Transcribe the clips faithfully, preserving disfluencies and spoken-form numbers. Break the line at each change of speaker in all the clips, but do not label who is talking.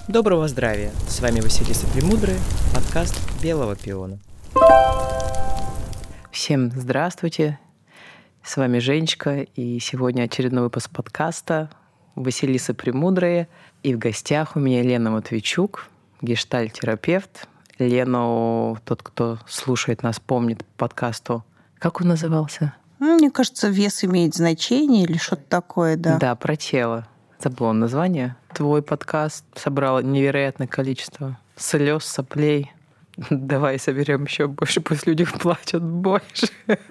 Доброго здравия! С вами Василиса Премудрая, подкаст «Белого пиона».
Всем здравствуйте! С вами Женечка, и сегодня очередной выпуск подкаста Василиса Премудрая. И в гостях у меня Лена Матвейчук, гештальт-терапевт. Лену, тот, кто слушает нас, помнит по подкасту. Как он назывался?
Мне кажется, вес имеет значение или что-то такое, да.
Да, про тело. Забыла название. Твой подкаст собрал невероятное количество слез, соплей. Давай соберем еще больше, пусть люди плачут больше.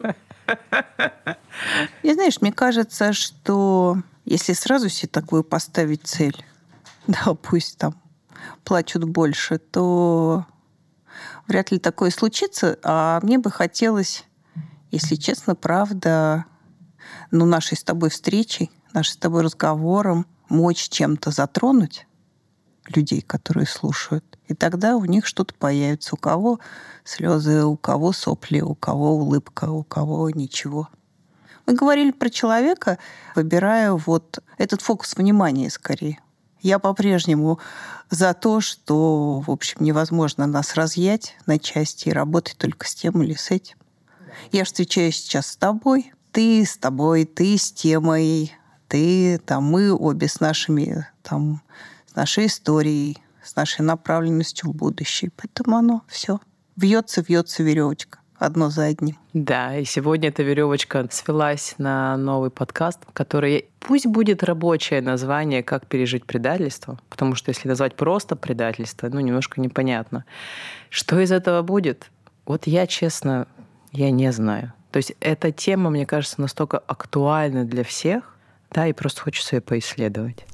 И знаешь, мне кажется, что если сразу себе такую поставить цель, да, пусть там плачут больше, то вряд ли такое случится. А мне бы хотелось, если честно, правда, ну, нашей с тобой встречей, нашим с тобой разговором мочь чем-то затронуть людей, которые слушают. И тогда у них что-то появится. У кого слезы, у кого сопли, у кого улыбка, у кого ничего. Мы говорили про человека, выбираю вот этот фокус внимания скорее. Я по-прежнему за то, что, в общем, невозможно нас разъять на части и работать только с тем или с этим. Я же встречаюсь сейчас с тобой, ты с тобой, ты с темой, ты, там, мы обе с нашими, там, с нашей историей, с нашей направленностью в будущее. Поэтому оно все вьется, вьется веревочка одно за одним.
Да, и сегодня эта веревочка свелась на новый подкаст, который пусть будет рабочее название «Как пережить предательство», потому что если назвать просто предательство, ну, немножко непонятно. Что из этого будет? Вот я, честно, я не знаю. То есть эта тема, мне кажется, настолько актуальна для всех, да, и просто хочется ее поисследовать.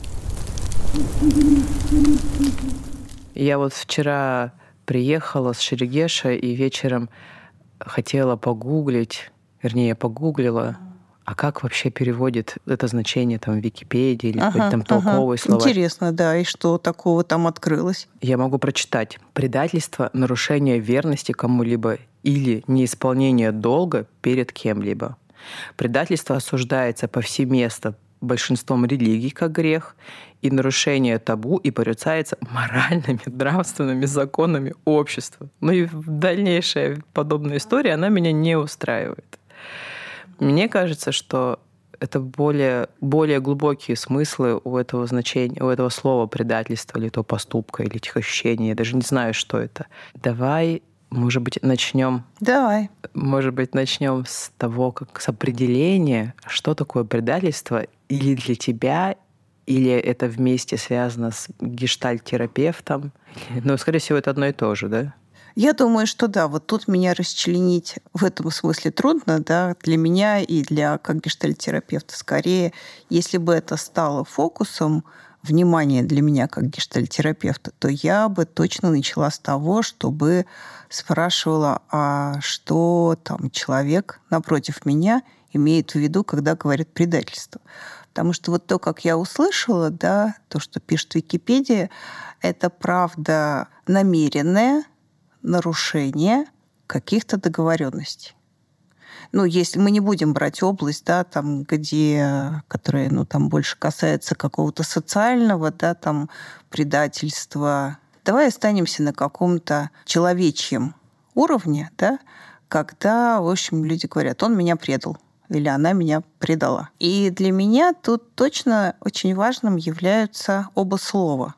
Я вот вчера приехала с Шерегеша и вечером хотела погуглить, вернее, я погуглила, а как вообще переводит это значение там в Википедии или ага, там толковые ага. слова.
Интересно, да, и что такого там открылось?
Я могу прочитать. Предательство, нарушение верности кому-либо или неисполнение долга перед кем-либо. Предательство осуждается повсеместно большинством религий как грех, и нарушение табу и порицается моральными, нравственными законами общества. Ну и дальнейшая подобная история, она меня не устраивает. Мне кажется, что это более, более глубокие смыслы у этого значения, у этого слова предательства или этого поступка, или этих ощущений. Я даже не знаю, что это. Давай, может быть, начнем.
Давай.
Может быть, начнем с того, как с определения, что такое предательство, или для тебя, или это вместе связано с гештальт-терапевтом. Но, скорее всего, это одно и то же, да?
Я думаю, что да, вот тут меня расчленить в этом смысле трудно, да, для меня и для как гештальт-терапевта. Скорее, если бы это стало фокусом внимания для меня как гештальт-терапевта, то я бы точно начала с того, чтобы спрашивала, а что там человек напротив меня имеет в виду, когда говорит предательство. Потому что вот то, как я услышала, да, то, что пишет Википедия, это правда намеренное нарушение каких-то договоренностей. Ну, если мы не будем брать область, да, там, где, которая, ну, там больше касается какого-то социального, да, там, предательства, давай останемся на каком-то человечьем уровне, да, когда, в общем, люди говорят, он меня предал или она меня предала. И для меня тут точно очень важным являются оба слова.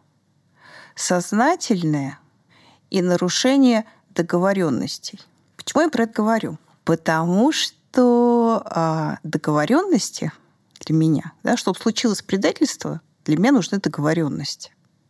Сознательное и нарушение договоренностей. Почему я про это говорю? Потому что а, договоренности для меня, да, чтобы случилось предательство, для меня нужны договоренности.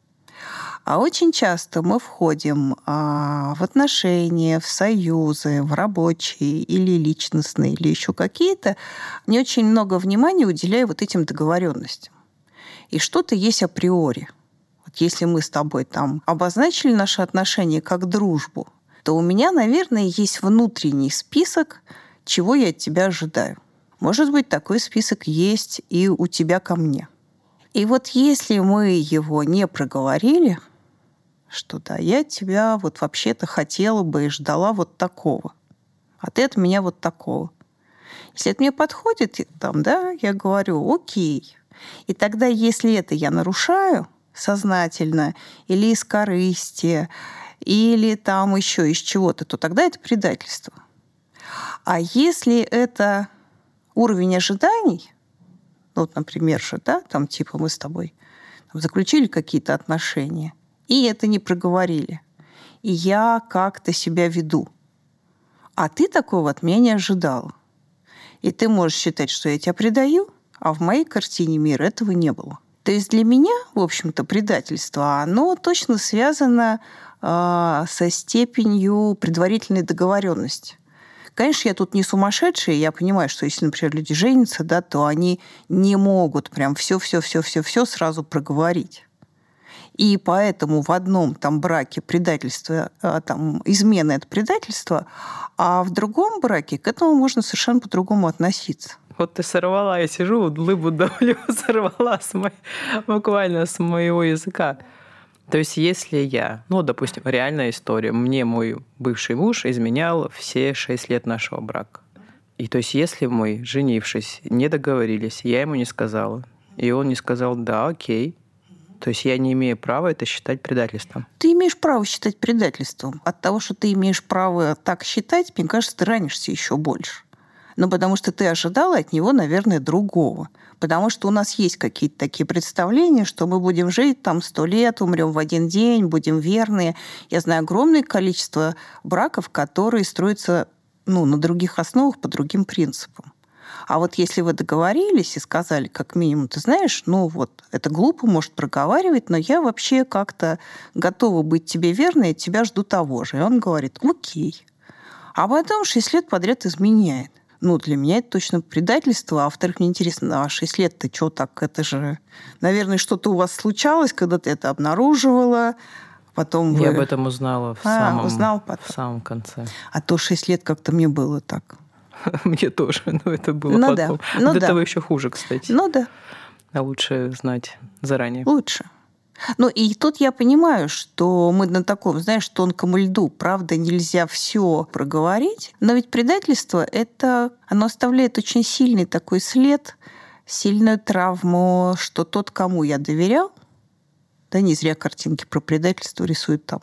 А очень часто мы входим а, в отношения, в союзы, в рабочие или личностные, или еще какие-то, не очень много внимания уделяя вот этим договоренностям. И что-то есть априори. Вот если мы с тобой там обозначили наши отношения как дружбу, то у меня, наверное, есть внутренний список, чего я от тебя ожидаю. Может быть, такой список есть и у тебя ко мне. И вот если мы его не проговорили, что да, я тебя вот вообще-то хотела бы и ждала вот такого, а ты от меня вот такого. Если это мне подходит, там, да, я говорю, окей. И тогда, если это я нарушаю, сознательно, или из корысти, или там еще из чего-то, то тогда это предательство. А если это уровень ожиданий, ну, вот, например, же, да, там типа мы с тобой там, заключили какие-то отношения, и это не проговорили, и я как-то себя веду, а ты такого от меня не ожидала. И ты можешь считать, что я тебя предаю, а в моей картине мира этого не было. То есть для меня, в общем-то, предательство, оно точно связано э, со степенью предварительной договоренности. Конечно, я тут не сумасшедшая, я понимаю, что если, например, люди женятся, да, то они не могут прям все-все-все-все-все сразу проговорить. И поэтому в одном там браке предательство, там, измена – это предательство, а в другом браке к этому можно совершенно по-другому относиться.
Вот ты сорвала, я сижу, лыбу давлю, сорвала с мо... буквально с моего языка. То есть если я, ну, допустим, реальная история, мне мой бывший муж изменял все шесть лет нашего брака. И то есть если мы, женившись, не договорились, я ему не сказала, и он не сказал «да, окей», то есть я не имею права это считать предательством.
Ты имеешь право считать предательством. От того, что ты имеешь право так считать, мне кажется, ты ранишься еще больше. Ну, потому что ты ожидала от него, наверное, другого. Потому что у нас есть какие-то такие представления, что мы будем жить там сто лет, умрем в один день, будем верные. Я знаю огромное количество браков, которые строятся ну, на других основах, по другим принципам. А вот если вы договорились и сказали, как минимум, ты знаешь, ну вот, это глупо, может, проговаривать, но я вообще как-то готова быть тебе верной, от тебя жду того же. И он говорит, окей. А потом шесть лет подряд изменяет. Ну, для меня это точно предательство. А во-вторых, мне интересно, а шесть лет-то что так? Это же, наверное, что-то у вас случалось, когда ты это обнаруживала. Потом
Я
вы...
об этом узнала в,
а,
самом,
узнал потом.
в самом конце.
А то шесть лет как-то мне было так.
Мне тоже, но это было
ну,
потом.
Да. Ну,
От
да.
этого еще хуже, кстати.
Ну да.
А лучше знать заранее.
Лучше. Ну и тут я понимаю, что мы на таком, знаешь, тонком льду. Правда, нельзя все проговорить. Но ведь предательство – это, оно оставляет очень сильный такой след, сильную травму, что тот, кому я доверял, да не зря картинки про предательство рисуют там,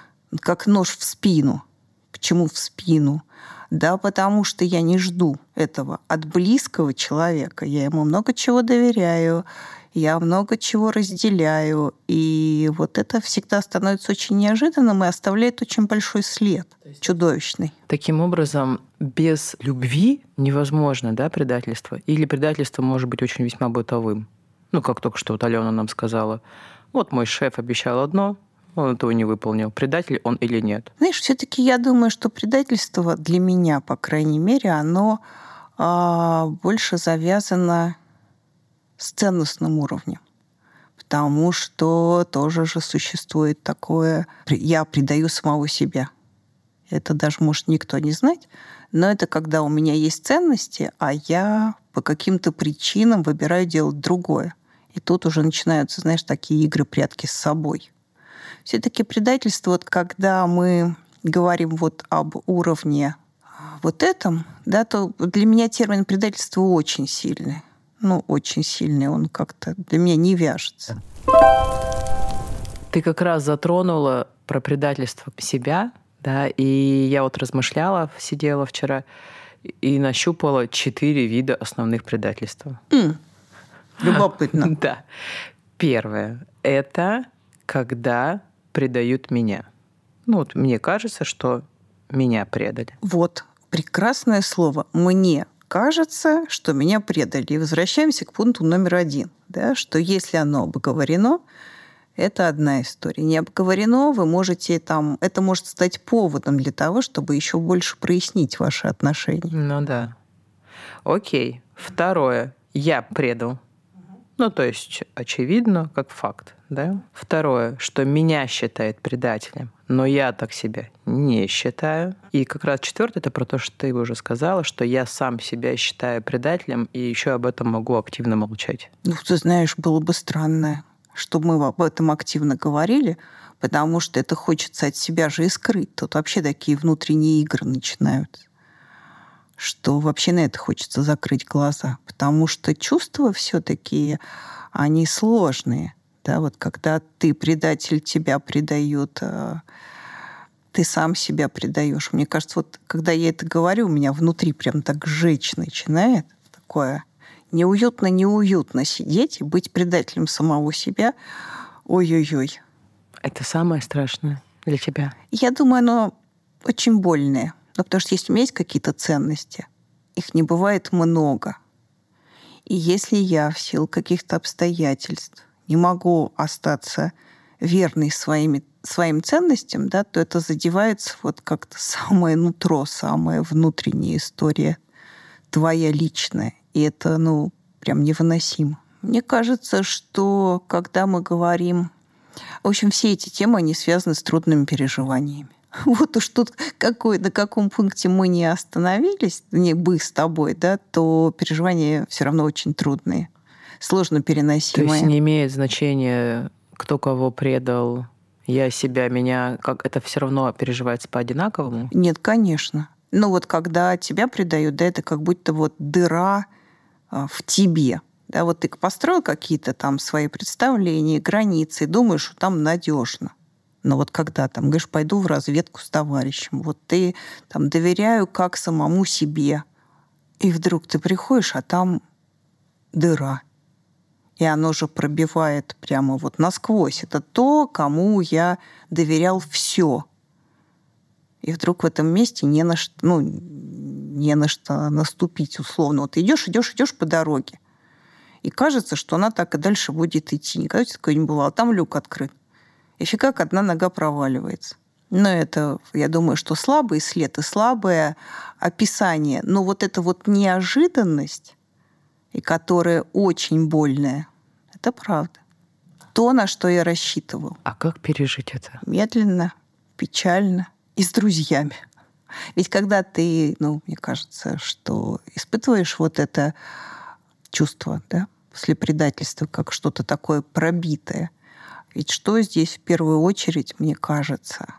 как нож в спину. Почему в спину? Да, потому что я не жду этого от близкого человека. Я ему много чего доверяю, я много чего разделяю. И вот это всегда становится очень неожиданным и оставляет очень большой след, чудовищный.
Таким образом, без любви невозможно, да, предательство? Или предательство может быть очень весьма бытовым? Ну, как только что вот Алена нам сказала. Вот мой шеф обещал одно, он этого не выполнил. Предатель он или нет?
Знаешь, все-таки я думаю, что предательство для меня, по крайней мере, оно а, больше завязано с ценностным уровнем. Потому что тоже же существует такое... Я предаю самого себя. Это даже может никто не знать. Но это когда у меня есть ценности, а я по каким-то причинам выбираю делать другое. И тут уже начинаются, знаешь, такие игры прятки с собой. Все-таки предательство, вот когда мы говорим вот об уровне вот этом, да, то для меня термин предательство очень сильный. Ну, очень сильный, он как-то для меня не вяжется.
Ты как раз затронула про предательство себя, да, и я вот размышляла, сидела вчера и нащупала четыре вида основных предательства.
Mm. Любопытно.
Да. Первое – это когда предают меня. Ну, вот мне кажется, что меня предали.
Вот, прекрасное слово. Мне кажется, что меня предали. И возвращаемся к пункту номер один, да, что если оно обговорено, это одна история. Не обговорено, вы можете там... Это может стать поводом для того, чтобы еще больше прояснить ваши отношения.
Ну да. Окей. Второе. Я предал. Ну, то есть, очевидно, как факт, да? Второе, что меня считает предателем, но я так себя не считаю. И как раз четвертое, это про то, что ты уже сказала, что я сам себя считаю предателем, и еще об этом могу активно молчать.
Ну, ты знаешь, было бы странно, чтобы мы об этом активно говорили, потому что это хочется от себя же и скрыть. Тут вообще такие внутренние игры начинаются, что вообще на это хочется закрыть глаза, потому что чувства все-таки, они сложные. Да, вот когда ты предатель, тебя предают, ты сам себя предаешь. Мне кажется, вот когда я это говорю, у меня внутри прям так жечь начинает. Такое неуютно-неуютно сидеть и быть предателем самого себя. Ой-ой-ой.
Это самое страшное для тебя?
Я думаю, оно очень больное. Ну, потому что если у меня есть какие-то ценности, их не бывает много. И если я в силу каких-то обстоятельств не могу остаться верной своими, своим ценностям, да, то это задевается вот как-то самое нутро, самая внутренняя история, твоя личная. И это, ну, прям невыносимо. Мне кажется, что когда мы говорим... В общем, все эти темы, они связаны с трудными переживаниями. Вот уж тут какой, на каком пункте мы не остановились, не бы с тобой, да, то переживания все равно очень трудные, сложно переносимые.
То есть не имеет значения, кто кого предал, я себя, меня, как это все равно переживается по-одинаковому?
Нет, конечно. Но вот когда тебя предают, да, это как будто вот дыра в тебе. Да, вот ты построил какие-то там свои представления, границы, думаешь, что там надежно. Но вот когда там, говоришь, пойду в разведку с товарищем, вот ты там доверяю как самому себе, и вдруг ты приходишь, а там дыра. И оно же пробивает прямо вот насквозь. Это то, кому я доверял все. И вдруг в этом месте не на что, ну, не на что наступить условно. Вот идешь, идешь, идешь по дороге. И кажется, что она так и дальше будет идти. Никогда такое не бывало. Там люк открыт. И фига, как одна нога проваливается. Но это, я думаю, что слабый след и слабое описание. Но вот эта вот неожиданность, и которая очень больная, это правда. То, на что я рассчитывал.
А как пережить это?
Медленно, печально и с друзьями. Ведь когда ты, ну, мне кажется, что испытываешь вот это чувство, да, после предательства, как что-то такое пробитое, ведь что здесь в первую очередь, мне кажется,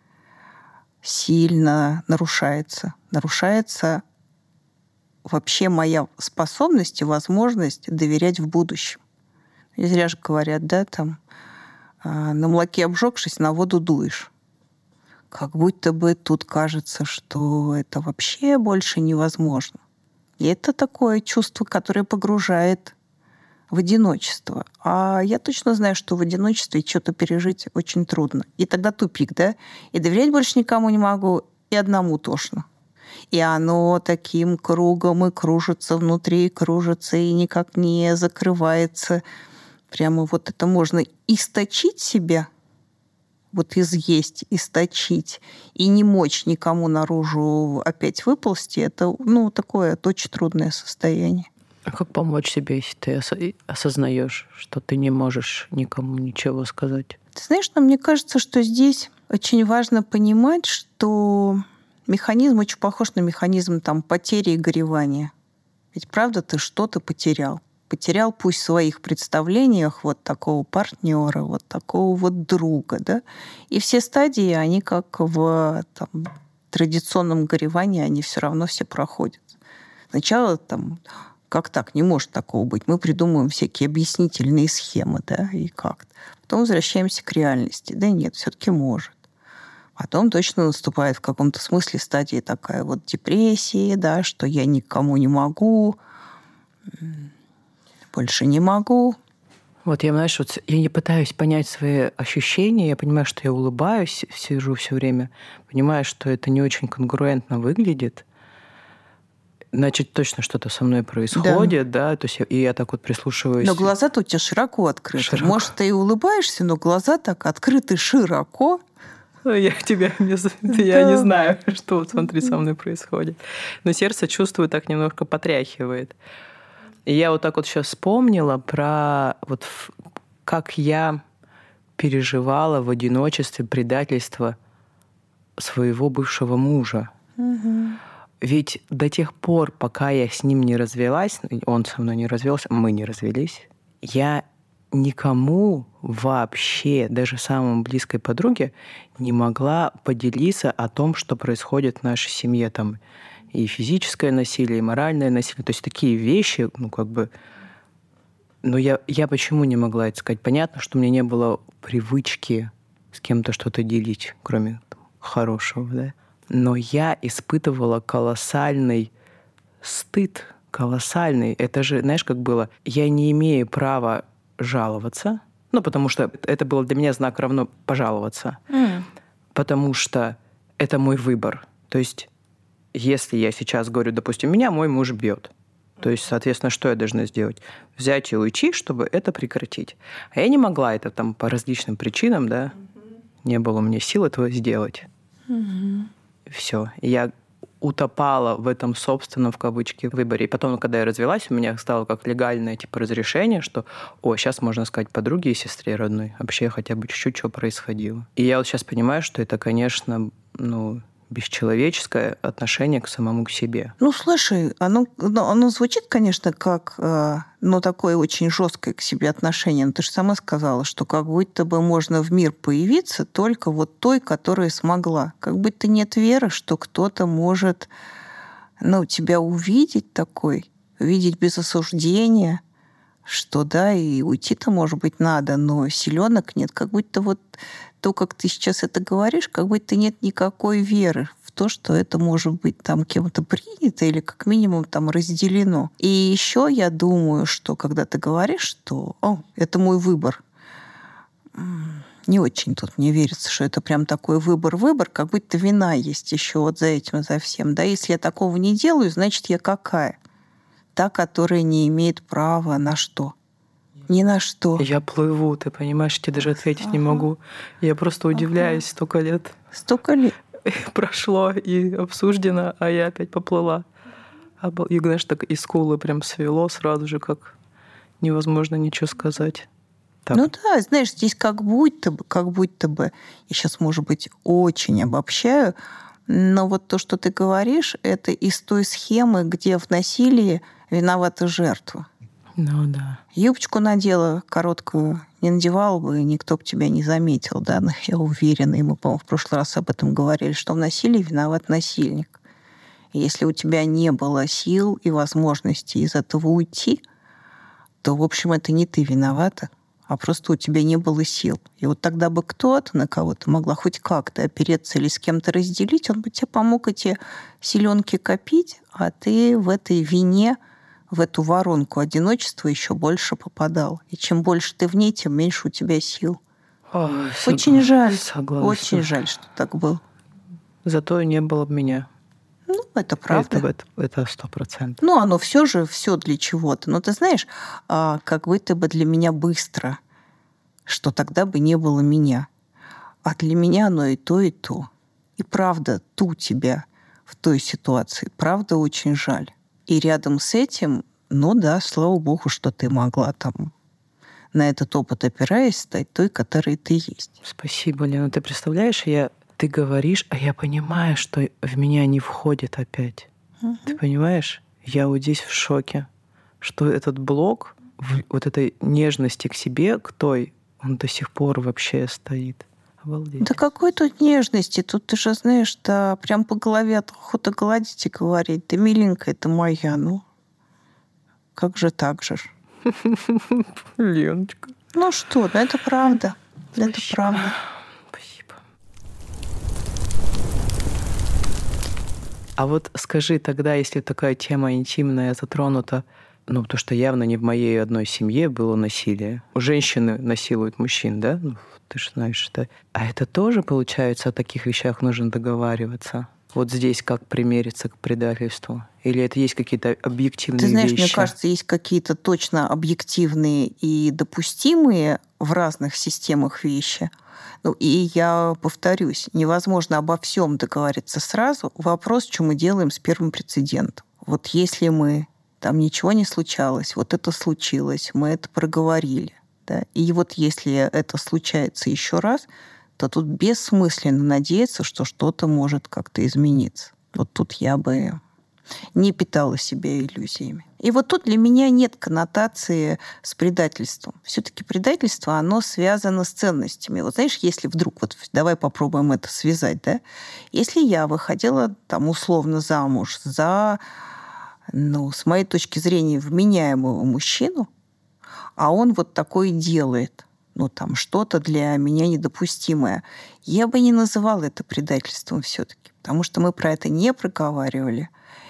сильно нарушается? Нарушается вообще моя способность и возможность доверять в будущем. Не зря же говорят, да, там, на молоке обжегшись, на воду дуешь. Как будто бы тут кажется, что это вообще больше невозможно. И это такое чувство, которое погружает в одиночество. А я точно знаю, что в одиночестве что-то пережить очень трудно. И тогда тупик, да? И доверять больше никому не могу, и одному тошно. И оно таким кругом и кружится внутри, и кружится, и никак не закрывается. Прямо вот это можно источить себя, вот изъесть, источить, и не мочь никому наружу опять выползти, это, ну, такое очень трудное состояние.
А как помочь себе, если ты осознаешь, что ты не можешь никому ничего сказать?
Ты знаешь, но мне кажется, что здесь очень важно понимать, что механизм очень похож на механизм там, потери и горевания. Ведь правда ты что-то потерял. Потерял пусть в своих представлениях вот такого партнера, вот такого вот друга. Да? И все стадии, они как в там, традиционном горевании, они все равно все проходят. Сначала там... Как так? Не может такого быть. Мы придумываем всякие объяснительные схемы, да, и как-то. Потом возвращаемся к реальности. Да нет, все-таки может. Потом точно наступает в каком-то смысле стадия такая вот депрессии, да, что я никому не могу, больше не могу.
Вот я, знаешь, вот я не пытаюсь понять свои ощущения, я понимаю, что я улыбаюсь, сижу все время, понимаю, что это не очень конгруентно выглядит, значит, точно что-то со мной происходит, да, да? То есть я, и я так вот прислушиваюсь.
Но глаза-то у тебя широко открыты.
Широко. Может,
ты и улыбаешься, но глаза так открыты широко.
Я тебя не, я не знаю, что вот внутри со мной происходит. Но сердце, чувствую, так немножко потряхивает. И я вот так вот сейчас вспомнила про вот как я переживала в одиночестве предательство своего бывшего мужа.
Угу.
Ведь до тех пор, пока я с ним не развелась, он со мной не развелся, мы не развелись, я никому вообще, даже самой близкой подруге, не могла поделиться о том, что происходит в нашей семье. Там и физическое насилие, и моральное насилие. То есть такие вещи, ну, как бы, Но я, я почему не могла это сказать? Понятно, что у меня не было привычки с кем-то что-то делить, кроме там, хорошего, да? Но я испытывала колоссальный стыд, колоссальный. Это же, знаешь, как было? Я не имею права жаловаться, ну, потому что это было для меня знак равно пожаловаться,
Mm.
потому что это мой выбор. То есть, если я сейчас говорю, допустим, меня мой муж бьет, то есть, соответственно, что я должна сделать? Взять и уйти, чтобы это прекратить. А я не могла это там по различным причинам, да, mm-hmm. не было у меня сил этого сделать.
Mm-hmm.
Все. Я утопала в этом собственном, в кавычки, выборе. И потом, когда я развелась, у меня стало как легальное типа разрешение, что, о, сейчас можно сказать подруге и сестре родной, вообще хотя бы чуть-чуть что происходило. И я вот сейчас понимаю, что это, конечно, ну, бесчеловеческое отношение к самому к себе.
Ну, слушай, оно, оно звучит, конечно, как ну, такое очень жесткое к себе отношение. Но ты же сама сказала, что как будто бы можно в мир появиться только вот той, которая смогла. Как будто нет веры, что кто-то может ну, тебя увидеть такой, увидеть без осуждения, что да, и уйти-то, может быть, надо, но силенок нет. Как будто вот то, как ты сейчас это говоришь, как будто нет никакой веры в то, что это может быть там кем-то принято или как минимум там разделено. И еще я думаю, что когда ты говоришь, что «О, это мой выбор», не очень тут мне верится, что это прям такой выбор-выбор, как будто вина есть еще вот за этим, за всем. Да, если я такого не делаю, значит, я какая? Та, которая не имеет права на что? Ни на что.
Я плыву, ты понимаешь, я тебе даже ответить ага. не могу. Я просто удивляюсь, ага. столько лет.
Столько лет.
Прошло и обсуждено, а я опять поплыла. И, знаешь, так и скулы прям свело сразу же, как невозможно ничего сказать. Так.
Ну да, знаешь, здесь как будто бы, как будто бы, я сейчас, может быть, очень обобщаю, но вот то, что ты говоришь, это из той схемы, где в насилии виновата жертва.
Ну да.
Юбочку надела короткую, не надевала бы, никто бы тебя не заметил, да, но я уверена, и мы, по-моему, в прошлый раз об этом говорили, что в насилии виноват насильник. И если у тебя не было сил и возможности из этого уйти, то, в общем, это не ты виновата, а просто у тебя не было сил. И вот тогда бы кто-то, на кого ты могла хоть как-то опереться или с кем-то разделить, он бы тебе помог эти силенки копить, а ты в этой вине, в эту воронку одиночества еще больше попадал. И чем больше ты в ней, тем меньше у тебя сил.
О,
очень
сог...
жаль.
Согласна.
Очень жаль, что так было.
Зато не было бы меня.
Ну, это правда.
Это, это сто процентов.
Ну, оно все же все для чего-то. Но ты знаешь, как будто бы для меня быстро, что тогда бы не было меня. А для меня оно и то, и то. И правда, ту тебя в той ситуации, правда, очень жаль. И рядом с этим, ну да, слава богу, что ты могла там на этот опыт опираясь стать той, которой ты есть.
Спасибо, Лена. Ты представляешь, я... ты говоришь, а я понимаю, что в меня не входит опять. Угу. Ты понимаешь? Я вот здесь в шоке, что этот блок вот этой нежности к себе, к той, он до сих пор вообще стоит. Обалдеть.
Да какой тут нежности? Тут ты же знаешь, да, прям по голове охота гладить и говорить. Да, миленькая, это моя, ну. Как же так же?
Леночка.
Ну что, ну это правда.
Спасибо.
Это правда.
Спасибо. А вот скажи тогда, если такая тема интимная затронута, ну, то, что явно не в моей одной семье было насилие. Женщины насилуют мужчин, да? Ну, ты же знаешь, да? А это тоже, получается, о таких вещах нужно договариваться? Вот здесь как примериться к предательству? Или это есть какие-то объективные вещи?
Ты знаешь,
вещи?
Мне кажется, есть какие-то точно объективные и допустимые в разных системах вещи. Ну, и я повторюсь, невозможно обо всем договориться сразу. Вопрос, что мы делаем с первым прецедентом. Вот если мы... Там ничего не случалось, вот это случилось, мы это проговорили. Да? И вот если это случается еще раз, то тут бессмысленно надеяться, что что-то может как-то измениться. Вот тут я бы не питала себя иллюзиями. И вот тут для меня нет коннотации с предательством. Все-таки предательство, оно связано с ценностями. Вот знаешь, если вдруг, вот давай попробуем это связать, да? Если я выходила там условно замуж за... ну, с моей точки зрения, вменяемого мужчину, а он вот такое делает. Ну, там, что-то для меня недопустимое. Я бы не называла это предательством все-таки, потому что мы про это не проговаривали.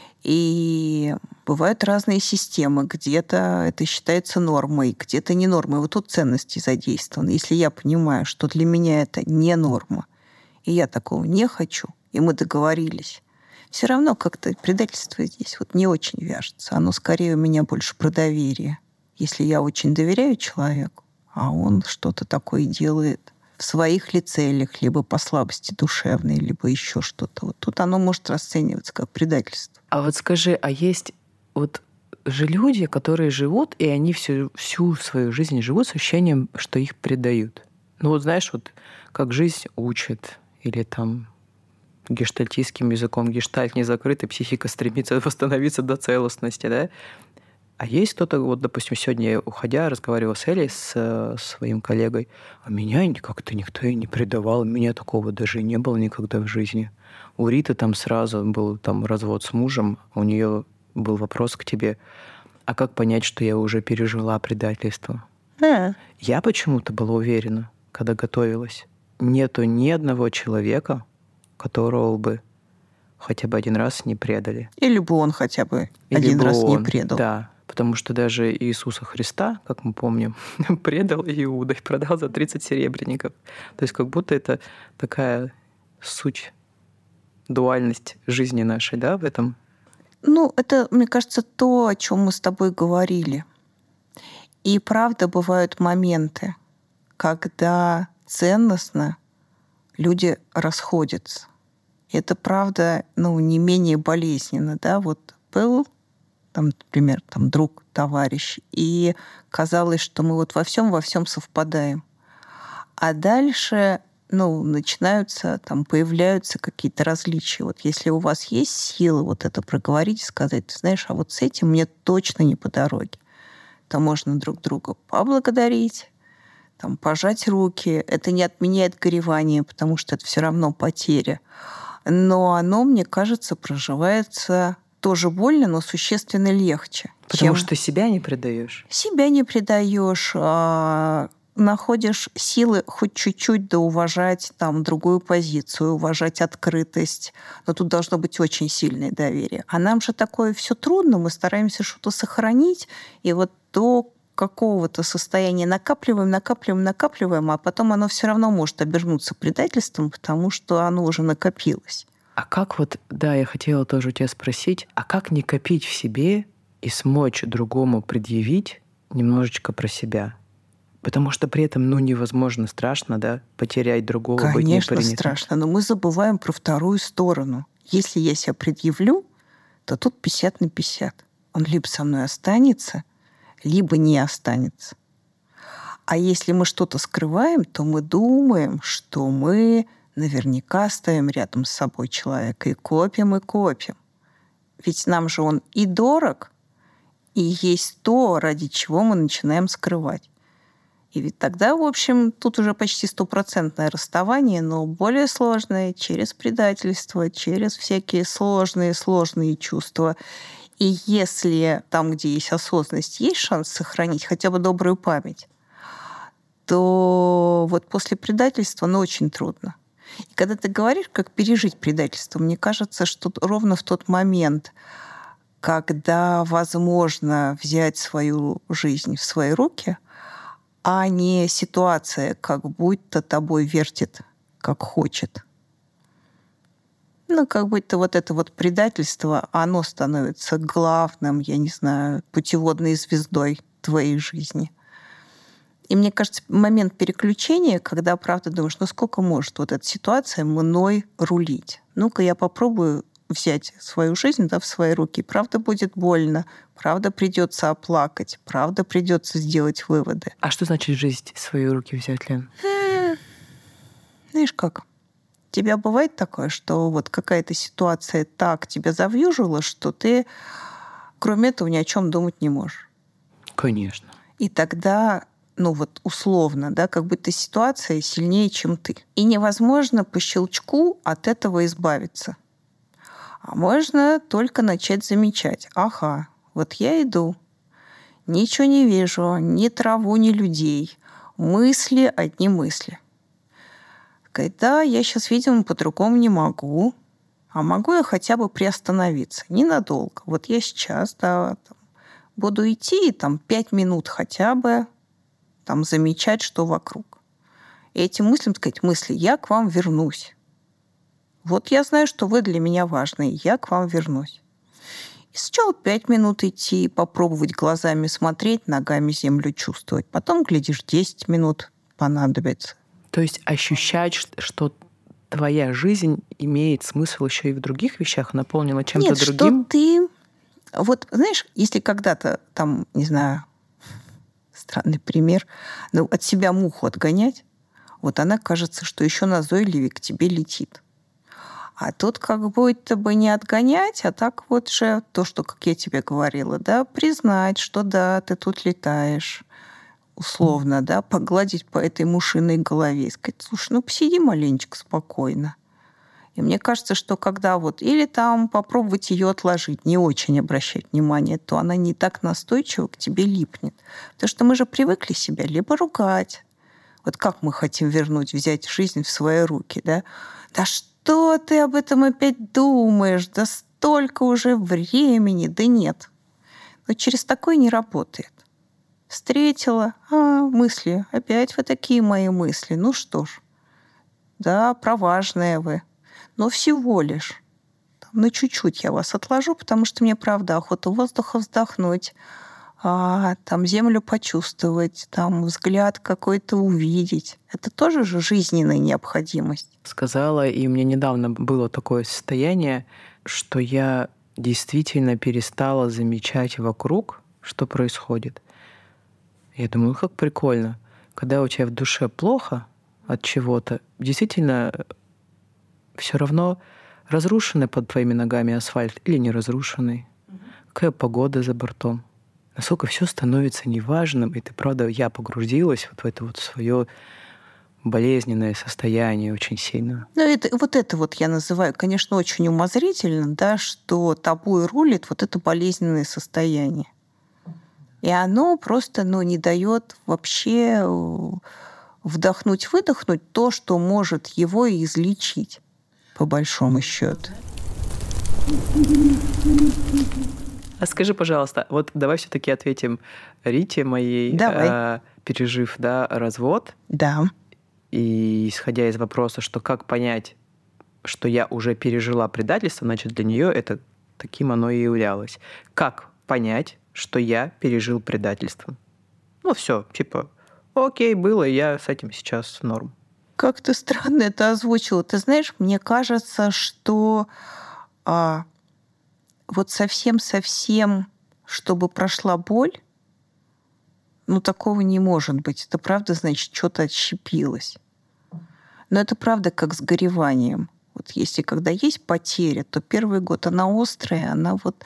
И бывают разные системы. Где-то это считается нормой, где-то не нормой. Вот тут ценности задействованы. Если я понимаю, что для меня это не норма, и я такого не хочу, и мы договорились, все равно как-то предательство здесь вот не очень вяжется. Оно скорее у меня больше про доверие. Если я очень доверяю человеку, а он что-то такое делает в своих ли целях, либо по слабости душевной, либо еще что-то. Вот тут оно может расцениваться как предательство.
А вот скажи, а есть вот же люди, которые живут, и они всю, всю свою жизнь живут с ощущением, что их предают. Ну вот знаешь, вот как жизнь учит, или там гештальтистским языком гештальт не закрыт, и психика стремится восстановиться до целостности, да? А есть кто-то, вот, допустим, сегодня, уходя, разговаривал с Элей, с э, своим коллегой, а меня как-то никто и не предавал, у меня такого даже и не было никогда в жизни. У Риты там сразу был там развод с мужем, у нее был вопрос к тебе, а как понять, что я уже пережила предательство?
А.
Я почему-то была уверена, когда готовилась, нету ни одного человека, которого бы хотя бы один раз не предали.
Или бы он хотя бы
Или
один
бы
раз
он,
не предал.
Да, потому что даже Иисуса Христа, как мы помним, предал Иуда и продал за тридцать серебряников. То есть как будто это такая суть, дуальность жизни нашей, да, в этом?
Ну, это, мне кажется, то, о чем мы с тобой говорили. И правда, бывают моменты, когда ценностно люди расходятся. И это правда, ну, не менее болезненно, да, вот был, там, например, там, друг, товарищ, и казалось, что мы вот во всем во всем совпадаем. А дальше, ну, начинаются, там, появляются какие-то различия. Вот если у вас есть силы вот это проговорить и сказать, ты знаешь, а вот с этим мне точно не по дороге, то можно друг друга поблагодарить, там, пожать руки. Это не отменяет горевание, потому что это все равно потеря. Но оно, мне кажется, проживается тоже больно, но существенно легче.
Потому
чем...
что себя не предаешь.
Себя не предаешь, а находишь силы хоть чуть-чуть да уважать там другую позицию, уважать открытость. Но тут должно быть очень сильное доверие. А нам же такое все трудно, мы стараемся что-то сохранить, и вот до какого-то состояния накапливаем, накапливаем, накапливаем, а потом оно все равно может обернуться предательством, потому что оно уже накопилось.
А как вот, да, я хотела тоже у тебя спросить, а как не копить в себе и смочь другому предъявить немножечко про себя? Потому что при этом, ну, невозможно, страшно, да, потерять другого,
Конечно,
быть непринятым.
Конечно, страшно, но мы забываем про вторую сторону. Если я себя предъявлю, то тут пятьдесят на пятьдесят. Он либо со мной останется, либо не останется. А если мы что-то скрываем, то мы думаем, что мы наверняка ставим рядом с собой человека и копим, и копим. Ведь нам же он и дорог, и есть то, ради чего мы начинаем скрывать. И ведь тогда, в общем, тут уже почти стопроцентное расставание, но более сложное, через предательство, через всякие сложные-сложные чувства. И если там, где есть осознанность, есть шанс сохранить хотя бы добрую память, то вот после предательства, ну, очень трудно. И когда ты говоришь, как пережить предательство, мне кажется, что ровно в тот момент, когда возможно взять свою жизнь в свои руки, а не ситуация, как будто тобой вертит, как хочет. Ну, как будто вот это вот предательство, оно становится главным, я не знаю, путеводной звездой твоей жизни. И мне кажется, момент переключения, когда, правда, думаешь, ну сколько может вот эта ситуация мной рулить? Ну-ка я попробую взять свою жизнь, да, в свои руки. Правда, будет больно, правда, придется оплакать, правда, придется сделать выводы.
А что значит жизнь в свои руки взять, Лен?
М-м, знаешь как? У тебя бывает такое, что вот какая-то ситуация так тебя завьюжила, что ты, кроме этого, ни о чем думать не можешь.
Конечно.
И тогда, ну вот условно, да, как будто ситуация сильнее, чем ты. И невозможно по щелчку от этого избавиться. А можно только начать замечать. Ага, вот я иду. ничего не вижу, ни траву, ни людей. Мысли, одни мысли. Говорит, да, я сейчас, видимо, по-другому не могу. А могу я хотя бы приостановиться? Ненадолго. Вот я сейчас, да, там, буду идти и там пять минут хотя бы там замечать, что вокруг. И этим мыслям сказать, мысли, я к вам вернусь. Вот я знаю, что вы для меня важны, и я к вам вернусь. И сначала пять минут идти, попробовать глазами смотреть, ногами землю чувствовать. Потом, глядишь, десять минут понадобится.
То есть ощущать, что твоя жизнь имеет смысл еще и в других вещах, наполнена чем-то
Нет,
другим?
Что ты... Вот, знаешь, если когда-то там, не знаю, странный пример, но от себя муху отгонять, вот она, кажется, что еще назойливее к тебе летит. А тут как будто бы не отгонять, а так вот же то, что, как я тебе говорила, да, признать, что да, ты тут летаешь, условно, да, погладить по этой мушиной голове, сказать, слушай, ну посиди маленечко спокойно. И мне кажется, что когда вот или там попробовать ее отложить, не очень обращать внимание, то она не так настойчиво к тебе липнет. Потому что мы же привыкли себя либо ругать. Вот как мы хотим вернуть, взять жизнь в свои руки, да? Да что ты об этом опять думаешь? Да столько уже времени. Да нет. Но через такое не работает. Встретила, а, мысли. Опять вы такие мои мысли. Ну что ж, да, проважные вы. Но всего лишь. Там, на чуть-чуть я вас отложу, потому что мне, правда, охота воздуха вздохнуть, а, там землю почувствовать, там взгляд какой-то увидеть. Это тоже же жизненная необходимость.
Сказала, и мне недавно было такое состояние, что я действительно перестала замечать вокруг, что происходит. Я думаю, как прикольно. Когда у тебя в душе плохо от чего-то, действительно все равно разрушенный под твоими ногами асфальт или не разрушенный. Mm-hmm. Какая погода за бортом. Насколько все становится неважным, и ты, правда, я погрузилась вот в это вот свое болезненное состояние очень сильно.
Ну, это, вот это вот я называю, конечно, очень умозрительно, да, что тобой рулит вот это болезненное состояние. И оно просто ну, не дает вообще вдохнуть-выдохнуть то, что может его излечить, по большому счету.
А скажи, пожалуйста, вот давай все-таки ответим Рите моей,
давай.
Э, пережив да, развод.
Да.
И исходя из вопроса, что как понять, что я уже пережила предательство, значит, для нее это таким оно и являлось. Как понять, что я пережил предательство? Ну, все, типа, окей, было, я с этим сейчас норм.
Как ты странно это озвучила. Ты знаешь, мне кажется, что а, вот совсем-совсем, чтобы прошла боль, ну, такого не может быть. Это правда, значит, что-то отщепилось. Но это правда как с гореванием. Вот если когда есть потеря, то первый год она острая, она вот,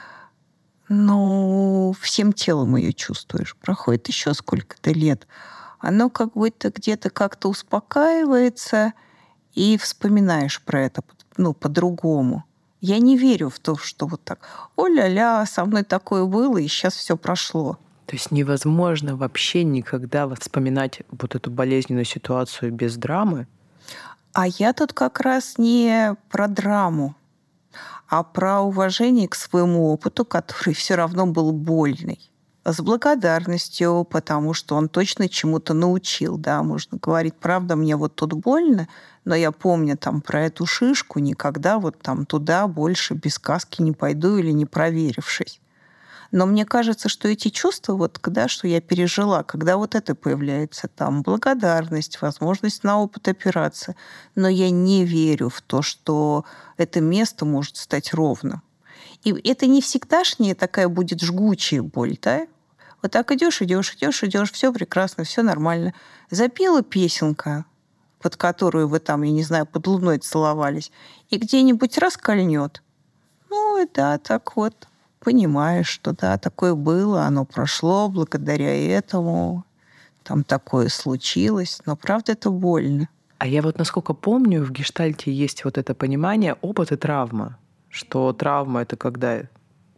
ну, всем телом ее чувствуешь. Проходит еще сколько-то лет. Оно как будто где-то как-то успокаивается, и вспоминаешь про это, ну, по-другому. Я не верю в то, что вот так, о-ля-ля, со мной такое было, и сейчас все прошло.
То есть невозможно вообще никогда вспоминать вот эту болезненную ситуацию без драмы?
А я тут как раз не про драму, а про уважение к своему опыту, который все равно был больный. С благодарностью, потому что он точно чему-то научил. Да, можно говорить, правда, мне вот тут больно, но я помню там про эту шишку, никогда вот там туда больше без каски не пойду или не проверившись. Но мне кажется, что эти чувства, вот, да, что я пережила, когда вот это появляется, там, благодарность, возможность на опыт опираться, но я не верю в то, что это место может стать ровным. И это не всегдашняя такая будет жгучая боль, да? Вот так идешь, идешь, идешь, идешь, все прекрасно, все нормально. Запела песенка, под которую вы там, я не знаю, под луной целовались, и где-нибудь раскольнет. Ну, и да, так вот. Понимаешь, что да, такое было, оно прошло благодаря этому, там такое случилось, но правда это больно.
А я вот насколько помню, в гештальте есть вот это понимание опыт и травма, что травма — это когда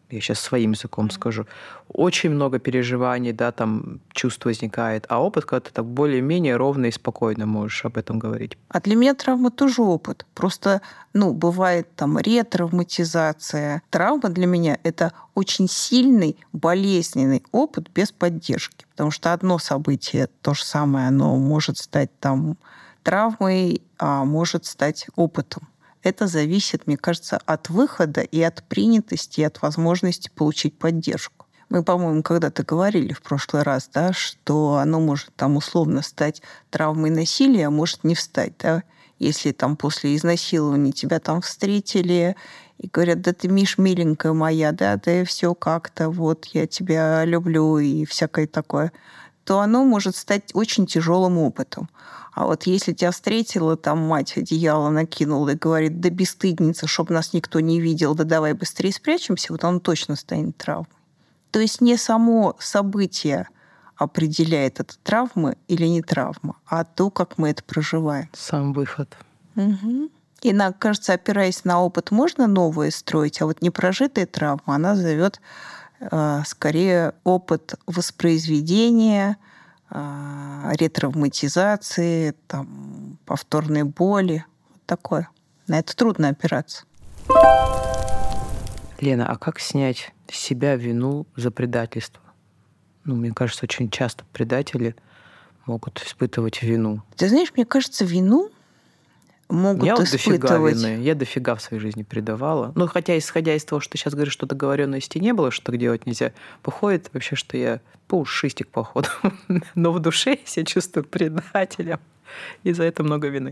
я сейчас своим языком скажу, очень много переживаний, да, там чувств возникает, а опыт, когда ты так более-менее ровно и спокойно можешь об этом говорить.
А для меня травма тоже опыт. Просто, ну, бывает там ретравматизация. Травма для меня — это очень сильный, болезненный опыт без поддержки. Потому что одно событие, то же самое, оно может стать там травмой, а может стать опытом. Это зависит, мне кажется, от выхода и от принятости, и от возможности получить поддержку. Мы, по-моему, когда-то говорили в прошлый раз, да, что оно может там условно стать травмой насилия, а может не встать. Да? Если там после изнасилования тебя там встретили и говорят: да ты, Миш, миленькая моя, да, да, все как-то, вот, я тебя люблю и всякое такое, то оно может стать очень тяжелым опытом. А вот если тебя встретила там мать, одеяло накинула и говорит: да бесстыдница, чтобы нас никто не видел, да давай быстрее спрячемся, вот оно точно станет травмой. То есть не само событие определяет, это травма или не травма, а то, как мы это проживаем.
Сам выход.
Угу. И, нам кажется, опираясь на опыт, можно новое строить, а вот непрожитая травма, она зовет э, скорее опыт воспроизведения, ретравматизации, там, повторной боли. Вот такое. На это трудно опираться.
Лена, а как снять с себя вину за предательство? Ну, мне кажется, очень часто предатели могут испытывать вину.
Ты знаешь, мне кажется, вину могут
я вот
испытывать...
дофига вины. Я дофига в своей жизни предавала. Ну, хотя, исходя из того, что ты сейчас говоришь, что договоренности не было, что так делать нельзя, выходит вообще, что я пушистик, походу. Но в душе я себя чувствую предателем. И за это много вины.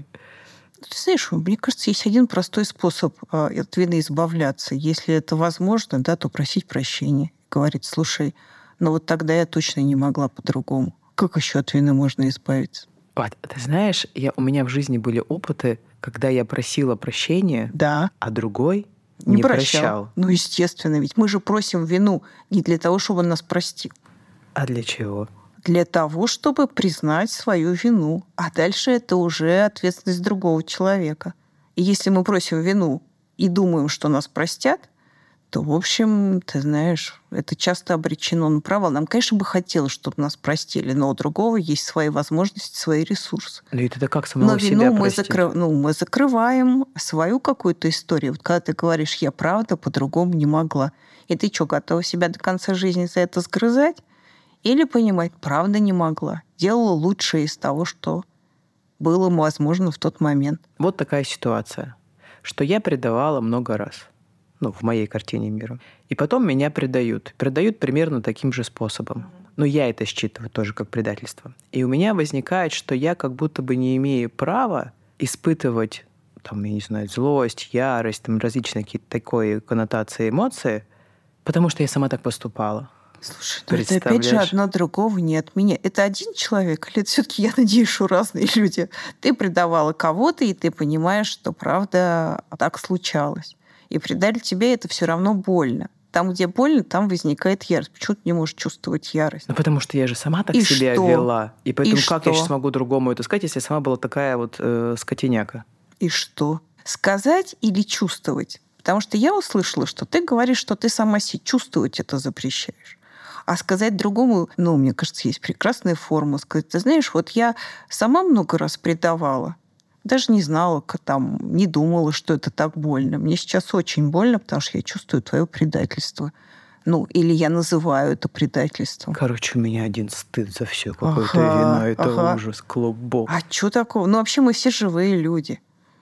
Ты знаешь, мне кажется, есть один простой способ от вины избавляться. Если это возможно, да, то просить прощения. Говорить: слушай, ну вот тогда я точно не могла по-другому. Как еще от вины можно избавиться?
Вот, ты знаешь, я, у меня в жизни были опыты, когда я просила прощения,
да.
а другой не, не прощал. прощал.
Ну, естественно, ведь мы же просим вину не для того, чтобы он нас простил.
А для чего?
Для того, чтобы признать свою вину. А дальше это уже ответственность другого человека. И если мы просим вину и думаем, что нас простят, то, в общем, ты знаешь, это часто обречено на провал. Нам, конечно, бы хотелось, чтобы нас простили, но у другого есть свои возможности, свои ресурсы.
Ну и тогда как самого
но
себя
вину мы,
простить?
закры... ну, мы закрываем свою какую-то историю. Вот когда ты говоришь: я правда по-другому не могла. И ты что, готова себя до конца жизни за это сгрызать? Или понимать: правда не могла. Делала лучшее из того, что было возможно в тот момент.
Вот такая ситуация, что я предавала много раз. Ну, в моей картине мира. И потом меня предают. Предают примерно таким же способом. Но я это считываю тоже как предательство. И у меня возникает, что я как будто бы не имею права испытывать, там, я не знаю, злость, ярость, там, различные какие-то такой коннотации, эмоции, потому что я сама так поступала.
Слушай, ну это опять же одно другого не отменяет. Это один человек, или это все-таки, я надеюсь, что разные люди? Ты предавала кого-то, и ты понимаешь, что правда так случалось. И предали тебе, это все равно больно. Там, где больно, там возникает ярость. Почему ты не можешь чувствовать ярость?
Ну, потому что я же сама так
и
себя
что?
вела. И поэтому
и
как
что?
я сейчас могу другому это сказать, если я сама была такая вот э, скотиняка?
И что? Сказать или чувствовать? Потому что я услышала, что ты говоришь, что ты сама себе чувствовать это запрещаешь. А сказать другому, ну, мне кажется, есть прекрасная форма. Сказать: ты знаешь, вот я сама много раз предавала. Даже не знала, как там, не думала, что это так больно. Мне сейчас очень больно, потому что я чувствую твое предательство. Ну, или я называю это предательством.
Короче, у меня один стыд за все. Какое-то
ага,
вино, это
ага.
ужас, клубок.
А что такого? Ну, вообще мы все живые люди.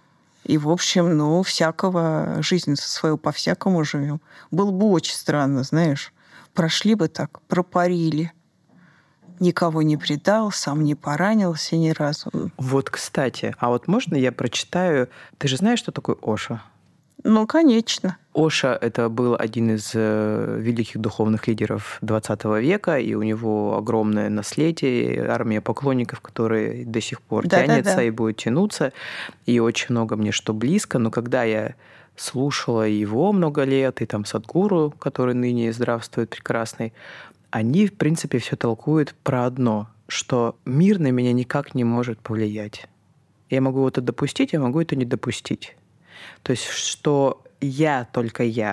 И, в общем, ну, всякого, жизнь свою по-всякому живем. Было бы очень странно, знаешь. Прошли бы так, пропарили. Никого не предал, сам не поранился ни разу.
Вот, кстати, а вот можно я прочитаю... Ты же знаешь, что такое Оша?
Ну, конечно.
Оша — это был один из э, великих духовных лидеров двадцатого века, и у него огромное наследие, армия поклонников, которые до сих пор
да,
тянется
да, да.
и будет тянуться. И очень много мне что близко. Но когда я слушала его много лет, и там Садгуру, который ныне здравствует, прекрасный, они, в принципе, все толкуют про одно, что мир на меня никак не может повлиять. Я могу это допустить, я могу это не допустить. То есть, что я только я, и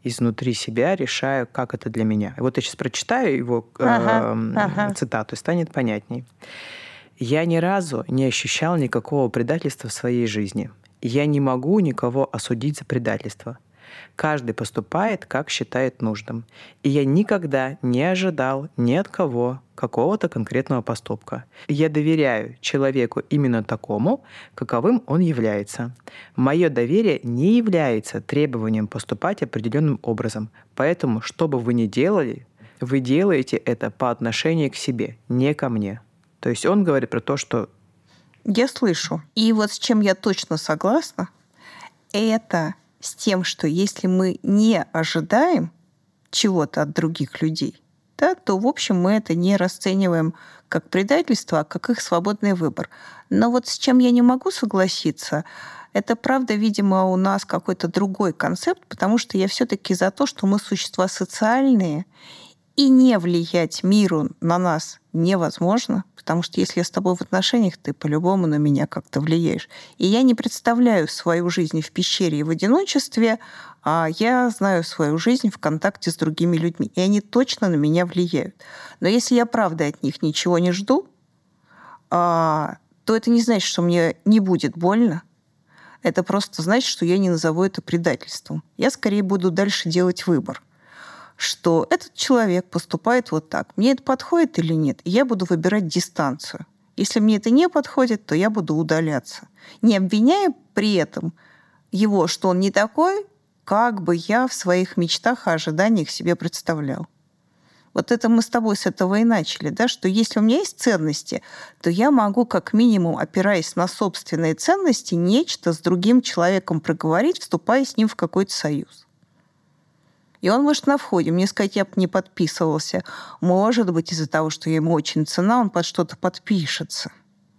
изнутри себя решаю, как это для меня. И вот я сейчас прочитаю его э,
Ага, ага.
цитату, и станет понятней. «Я ни разу не ощущал никакого предательства в своей жизни. Я не могу никого осудить за предательство. Каждый поступает, как считает нужным. И я никогда не ожидал ни от кого какого-то конкретного поступка. Я доверяю человеку именно такому, каковым он является. Мое доверие не является требованием поступать определенным образом. Поэтому, что бы вы ни делали, вы делаете это по отношению к себе, не ко мне». То есть он говорит про то, что...
Я слышу. И вот с чем я точно согласна, это с тем, что если мы не ожидаем чего-то от других людей, да, то, в общем, мы это не расцениваем как предательство, а как их свободный выбор. Но вот с чем я не могу согласиться, это, правда, видимо, у нас какой-то другой концепт, потому что я все-таки за то, что мы существа социальные, и не влиять миру на нас невозможно, потому что если я с тобой в отношениях, ты по-любому на меня как-то влияешь. И я не представляю свою жизнь в пещере и в одиночестве, а я знаю свою жизнь в контакте с другими людьми, и они точно на меня влияют. Но если я правда от них ничего не жду, то это не значит, что мне не будет больно. Это просто значит, что я не назову это предательством. Я скорее буду дальше делать выбор, что этот человек поступает вот так. Мне это подходит или нет? И я буду выбирать дистанцию. Если мне это не подходит, то я буду удаляться. Не обвиняя при этом его, что он не такой, как бы я в своих мечтах и ожиданиях себе представлял. Вот это мы с тобой с этого и начали, да, что если у меня есть ценности, то я могу как минимум, опираясь на собственные ценности, нечто с другим человеком проговорить, вступая с ним в какой-то союз. И он может на входе мне сказать, я бы не подписывался. Может быть, из-за того, что я ему очень цена, он под что-то подпишется.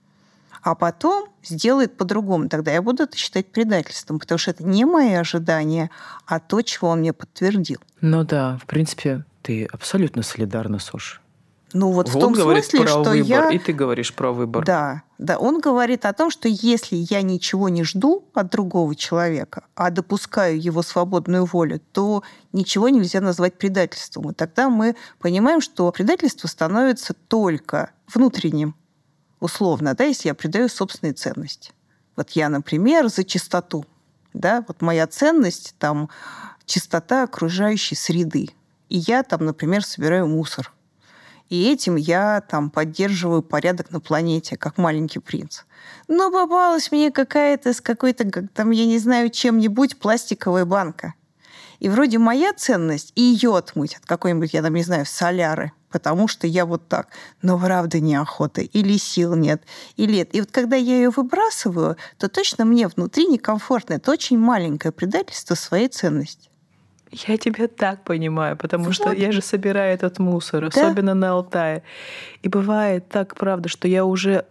А потом сделает по-другому. Тогда я буду это считать предательством, потому что это не мои ожидания, а то, чего он мне подтвердил.
Ну да, в принципе, ты абсолютно солидарна, Сош.
Ну вот
он
в том
говорит
смысле,
про
что
выбор,
я...
и ты говоришь про выбор.
Да, да. Он говорит о том, что если я ничего не жду от другого человека, а допускаю его свободную волю, то ничего нельзя назвать предательством. И тогда мы понимаем, что предательство становится только внутренним, условно, да, если я предаю собственные ценности. Вот я, например, за чистоту. Да? Вот моя ценность там чистота окружающей среды. И я там, например, собираю мусор. И этим я там поддерживаю порядок на планете, как маленький принц. Но попалась мне какая-то с какой-то, как, там, я не знаю, чем-нибудь пластиковая банка. И вроде моя ценность, и ее отмыть от какой-нибудь, я там не знаю, соляры, потому что я вот так. Но правда неохота, или сил нет, или это. И вот когда я ее выбрасываю, то точно мне внутри некомфортно. Это очень маленькое предательство своей ценности.
Я тебя так понимаю, потому
вот.
Что я же собираю этот мусор,
Да?
особенно на Алтае. И бывает так, правда, что я уже...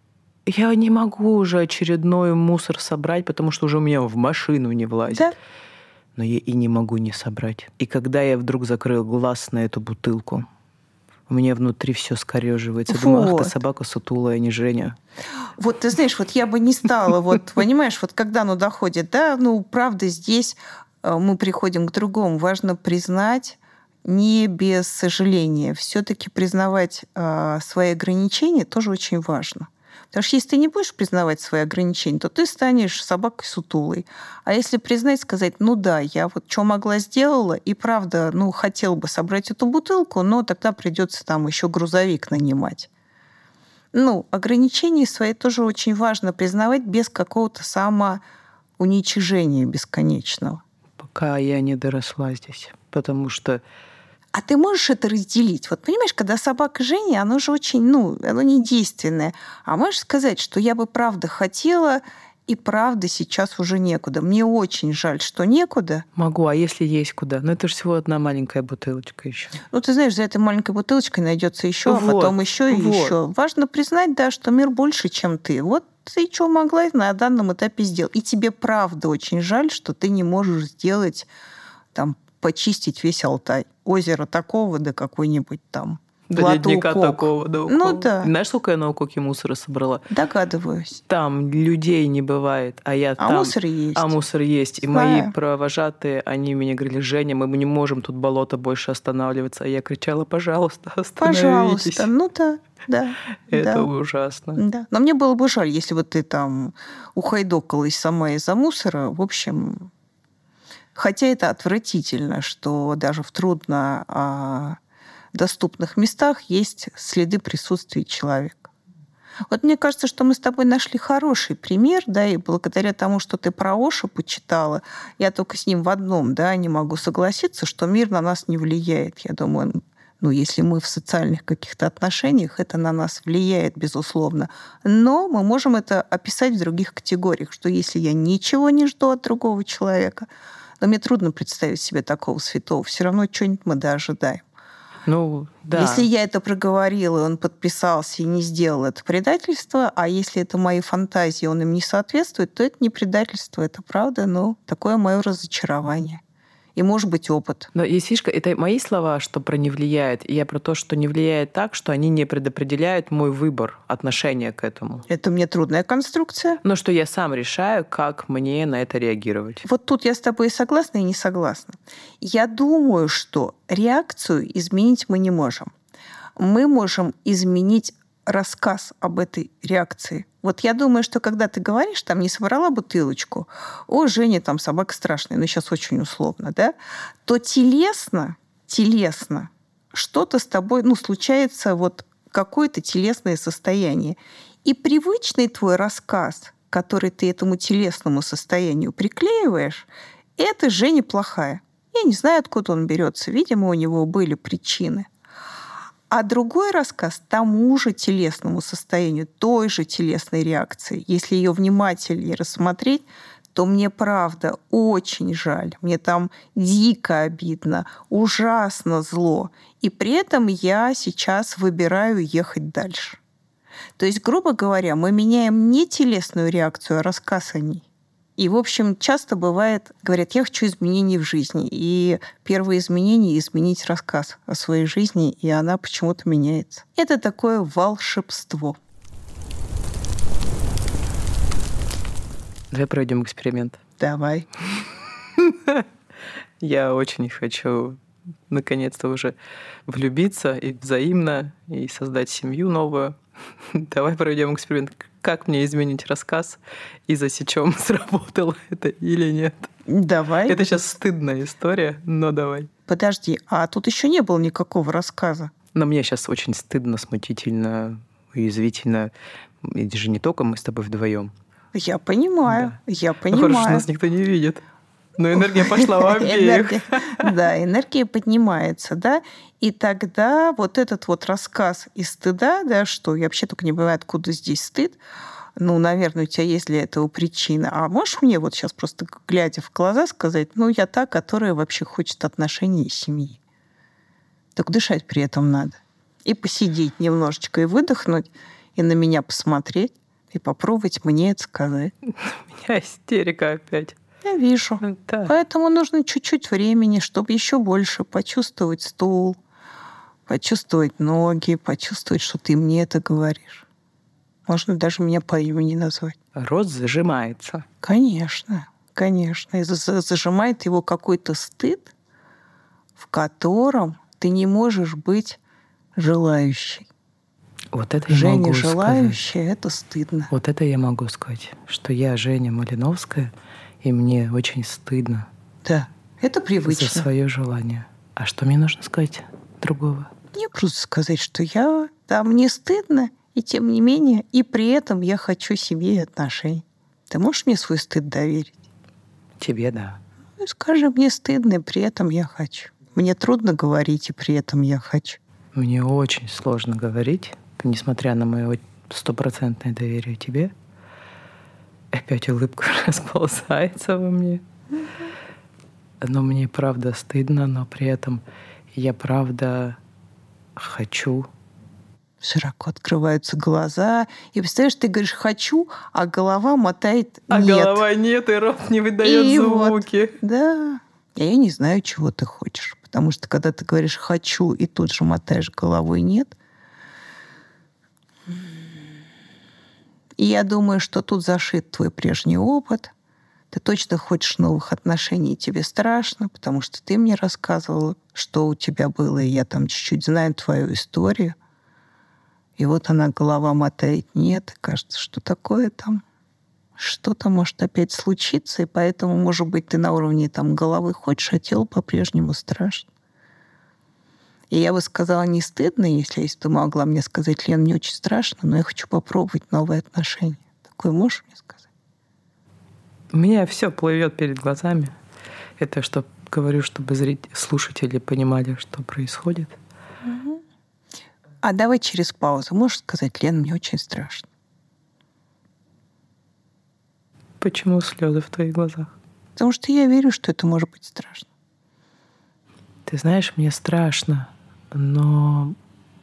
Я не могу уже очередной мусор собрать, потому что уже у меня в машину не влазит.
Да?
Но я и не могу не собрать. И когда я вдруг закрыл глаз на эту бутылку, у меня внутри все скореживается.
Вот.
Думаю, ах ты собака сутулая, не Женя.
Вот ты знаешь, вот я бы не стала, вот понимаешь, вот когда оно доходит, да, ну правда здесь мы приходим к другому. Важно признать не без сожаления. Все-таки признавать э, свои ограничения тоже очень важно. Потому что если ты не будешь признавать свои ограничения, то ты станешь собакой сутулой. А если признать, сказать, ну да, я вот что могла сделала, и правда, ну хотела бы собрать эту бутылку, но тогда придется там еще грузовик нанимать. Ну, ограничения свои тоже очень важно признавать без какого-то самоуничижения бесконечного.
Пока я не доросла здесь, потому что...
А ты можешь это разделить? Вот понимаешь, когда собака Женя, оно же очень, ну, оно не действенное. А можешь сказать, что я бы правда хотела, и правда сейчас уже некуда. Мне очень жаль, что некуда.
Могу, а если есть куда? Ну, это же всего одна маленькая бутылочка еще.
Ну, ты знаешь, за этой маленькой бутылочкой найдется еще,
вот,
а потом еще и
вот.
еще. Важно признать, да, что мир больше, чем ты. Вот ты что могла на данном этапе сделать. И тебе правда очень жаль, что ты не можешь сделать, там, почистить весь Алтай. Озеро такого, да какой-нибудь там.
До
Плату
ледника
Кок.
такого, да.
Ну да.
Знаешь, сколько я на Укоке мусора собрала?
Догадываюсь.
Там людей не бывает, а я
А
там...
мусор есть.
А мусор есть. И
Знаю.
мои провожатые, они меня говорили: Женя, мы не можем тут болото больше останавливаться. А я кричала: пожалуйста, остановитесь.
Пожалуйста. Ну да, да.
Это
да.
ужасно.
Да. Но мне было бы жаль, если бы ты там ухайдокалась сама из-за мусора. В общем, хотя это отвратительно, что даже в трудно а, доступных местах есть следы присутствия человека. Вот мне кажется, что мы с тобой нашли хороший пример, да, и благодаря тому, что ты про Оша почитала, я только с ним в одном, да, не могу согласиться, что мир на нас не влияет. Я думаю, ну, если мы в социальных каких-то отношениях, это на нас влияет, безусловно. Но мы можем это описать в других категориях, что если я ничего не жду от другого человека, но мне трудно представить себе такого святого, все равно что-нибудь мы да ожидаем.
Ну, да.
Если я это проговорила, и он подписался и не сделал это предательство, а если это мои фантазии, он им не соответствует, то это не предательство, это правда, но такое мое разочарование. И, может быть, опыт.
Но есть фишка, это мои слова, что про не влияет. И я про то, что не влияет так, что они не предопределяют мой выбор, отношения к этому.
Это мне трудная конструкция.
Но что я сам решаю, как мне на это реагировать.
Вот тут я с тобой и согласна, и не согласна. Я думаю, что реакцию изменить мы не можем. Мы можем изменить рассказ об этой реакции. Вот я думаю, что когда ты говоришь, там, не собрала бутылочку, о, Женя, там, собака страшная, ну, сейчас очень условно, да, то телесно, телесно что-то с тобой, ну, случается вот какое-то телесное состояние. И привычный твой рассказ, который ты этому телесному состоянию приклеиваешь, это Женя плохая. Я не знаю, откуда он берется. Видимо, у него были причины. А другой рассказ тому же телесному состоянию, той же телесной реакции, если ее внимательнее рассмотреть, то мне, правда, очень жаль. Мне там дико обидно, ужасно зло. И при этом я сейчас выбираю ехать дальше. То есть, грубо говоря, мы меняем не телесную реакцию, а рассказ о ней. И, в общем, часто бывает, говорят, я хочу изменений в жизни. И первое изменение — изменить рассказ о своей жизни, и она почему-то меняется. Это такое волшебство.
Давай проведем эксперимент.
Давай.
Я очень хочу наконец-то уже влюбиться и взаимно, и создать семью новую. Давай проведем эксперимент. Как мне изменить рассказ и засечем, сработало это или нет.
Давай.
Это сейчас стыдная история, но давай.
Подожди, а тут еще не было никакого рассказа.
Но мне сейчас очень стыдно, смутительно, уязвительно. Это же не только мы с тобой вдвоем.
Я понимаю,
Да.
я
Ну,
понимаю.
хорошо, что нас никто не видит. Но энергия пошла в обеих.
Да, энергия поднимается, да, и тогда вот этот вот рассказ из стыда, да, что я вообще только не понимаю, откуда здесь стыд, ну, наверное, у тебя есть для этого причина. А можешь мне вот сейчас просто, глядя в глаза, сказать, ну, я та, которая вообще хочет отношений и семьи. Так дышать при этом надо. И посидеть немножечко, и выдохнуть, и на меня посмотреть, и попробовать мне это сказать.
У меня истерика опять.
Я вижу.
Да.
Поэтому нужно чуть-чуть времени, чтобы еще больше почувствовать стул, почувствовать ноги, почувствовать, что ты мне это говоришь. Можно даже меня по имени назвать.
Рот зажимается.
Конечно, конечно. И зажимает его какой-то стыд, в котором ты не можешь быть желающей.
Вот это я
Женя
могу
желающая,
сказать.
это стыдно.
Вот это я могу сказать, что я Женя Малиновская, и мне очень стыдно
Да, это привычно.
за свое желание. А что мне нужно сказать другого?
Мне просто сказать, что я, да, мне стыдно, и тем не менее, и при этом я хочу семьи и отношений. Ты можешь мне свой стыд доверить?
Тебе, да.
Ну, скажи, мне стыдно, и при этом я хочу. Мне трудно говорить, и при этом я хочу.
Мне очень сложно говорить, несмотря на мое стопроцентное доверие тебе. Опять улыбка расползается во мне. Но мне правда стыдно, но при этом я правда хочу.
Широко открываются глаза. И представляешь, ты говоришь «хочу», а голова мотает «нет».
А голова нет, и рот не выдает
И
звуки.
Вот, да. А я не знаю, чего ты хочешь. Потому что когда ты говоришь «хочу» и тут же мотаешь головой «нет», и я думаю, что тут зашит твой прежний опыт. Ты точно хочешь новых отношений, и тебе страшно, потому что ты мне рассказывала, что у тебя было, и я там чуть-чуть знаю твою историю. И вот она, голова мотает «нет», и кажется, что такое там. Что-то может опять случиться, и поэтому, может быть, ты на уровне там головы хочешь, а тело по-прежнему страшно. И я бы сказала, не стыдно, если, если ты могла мне сказать: Лен, мне очень страшно, но я хочу попробовать новые отношения. Такое можешь мне сказать?
У меня все плывет перед глазами. Это что говорю, чтобы зрители, слушатели понимали, что происходит.
Угу. А давай через паузу. Можешь сказать: Лен, мне очень страшно?
Почему слезы в твоих глазах?
Потому что я верю, что это может быть страшно.
Ты знаешь, мне страшно, но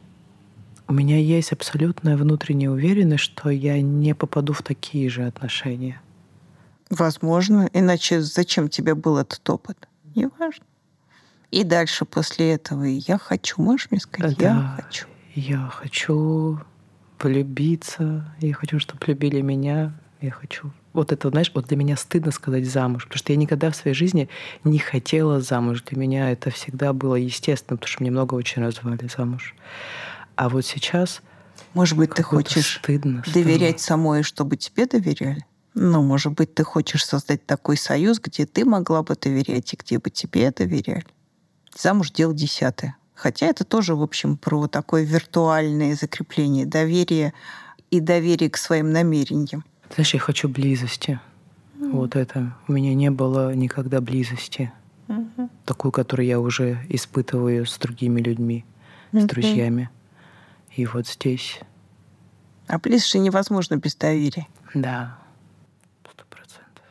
у меня есть абсолютная внутренняя уверенность, что я не попаду в такие же отношения.
Возможно. Иначе зачем тебе был этот опыт? Неважно. И дальше после этого я хочу. Можешь мне сказать?
Да,
я хочу.
Я хочу влюбиться. Я хочу, чтобы любили меня. Я хочу... Вот это, знаешь, вот для меня стыдно сказать замуж, потому что я никогда в своей жизни не хотела замуж. Для меня это всегда было естественно, потому что мне много очень раз звали замуж. А вот сейчас...
Может быть, ты хочешь
стыдно
доверять
стало.
самой, чтобы тебе доверяли? Ну, может быть, ты хочешь создать такой союз, где ты могла бы доверять и где бы тебе доверяли. Замуж — дело десятое. Хотя это тоже, в общем, про такое виртуальное закрепление доверия и доверие к своим намерениям.
Знаешь, я хочу близости. Mm-hmm. Вот это. У меня не было никогда близости. Mm-hmm. Такую, которую я уже испытываю с другими людьми, mm-hmm. с друзьями. И вот здесь...
А близость же невозможно без доверия.
Да. Сто процентов.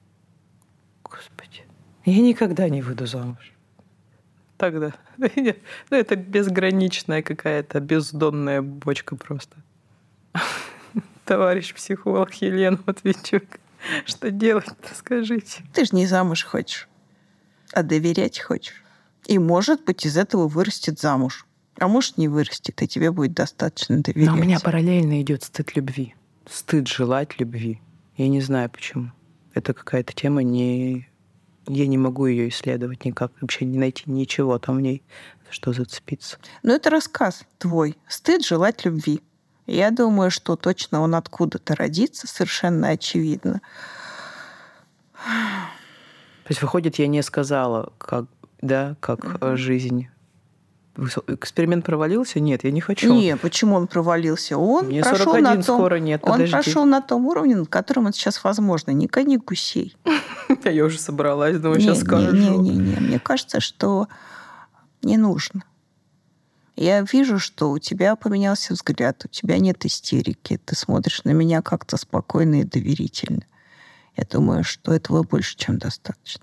Господи. Я никогда не выйду замуж. Тогда. Ну, это безграничная какая-то бездонная бочка просто. Товарищ психолог Елена Матвейчук, что делать-то, скажите?
Ты же не замуж хочешь, а доверять хочешь. И, может быть, из этого вырастет замуж. А может, не вырастет, и тебе будет достаточно доверять.
Но у меня параллельно идет стыд любви. Стыд желать любви. Я не знаю, почему. Это какая-то тема, не... я не могу ее исследовать никак. Вообще не найти ничего там в ней, за что зацепиться.
Но это рассказ твой. Стыд желать любви. Я думаю, что точно он откуда-то родится, совершенно очевидно.
То есть, выходит, я не сказала, как, да, как mm-hmm. жизнь. Эксперимент провалился? Нет, я не хочу.
Нет, почему он провалился? Он
Мне
прошел
сорок один
на том,
скоро нет,
он
подожди.
прошел на том уровне, над которым это сейчас возможно. Не гони гусей.
Я уже собралась, думаю, сейчас скажу.
Не-не-не, мне кажется, что не нужно. Я вижу, что у тебя поменялся взгляд, у тебя нет истерики, ты смотришь на меня как-то спокойно и доверительно. Я думаю, что этого больше, чем достаточно.